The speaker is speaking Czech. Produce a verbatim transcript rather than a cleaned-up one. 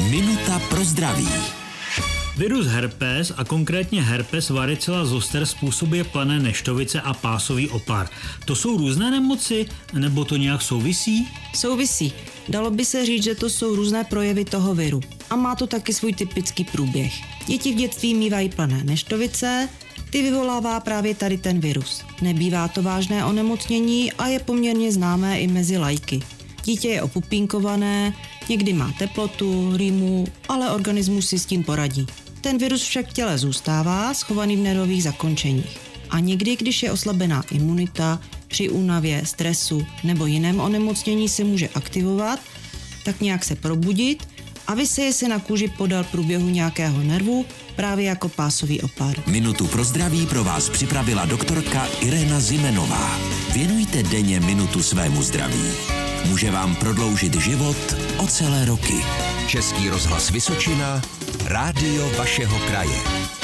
Minuta pro zdraví. Virus herpes a konkrétně herpes varicella zoster způsobuje plané neštovice a pásový opar. To jsou různé nemoci, nebo to nějak souvisí? Souvisí. Dalo by se říct, že to jsou různé projevy toho viru. A má to taky svůj typický průběh. Děti v dětství mívají plané neštovice, ty vyvolává právě tady ten virus. Nebývá to vážné onemocnění a je poměrně známé i mezi laiky. Dítě je opupínkované, někdy má teplotu, rýmu, ale organismus si s tím poradí. Ten virus však v těle zůstává, schovaný v nervových zakončeních. A někdy, když je oslabená imunita, při únavě, stresu nebo jiném onemocnění se může aktivovat, tak nějak se probudit a vyseje se na kůži podél průběhu nějakého nervu, právě jako pásový opar. Minutu pro zdraví pro vás připravila doktorka Irena Zimenová. Věnujte denně minutu svému zdraví. Může vám prodloužit život o celé roky. Český rozhlas Vysočina, rádio vašeho kraje.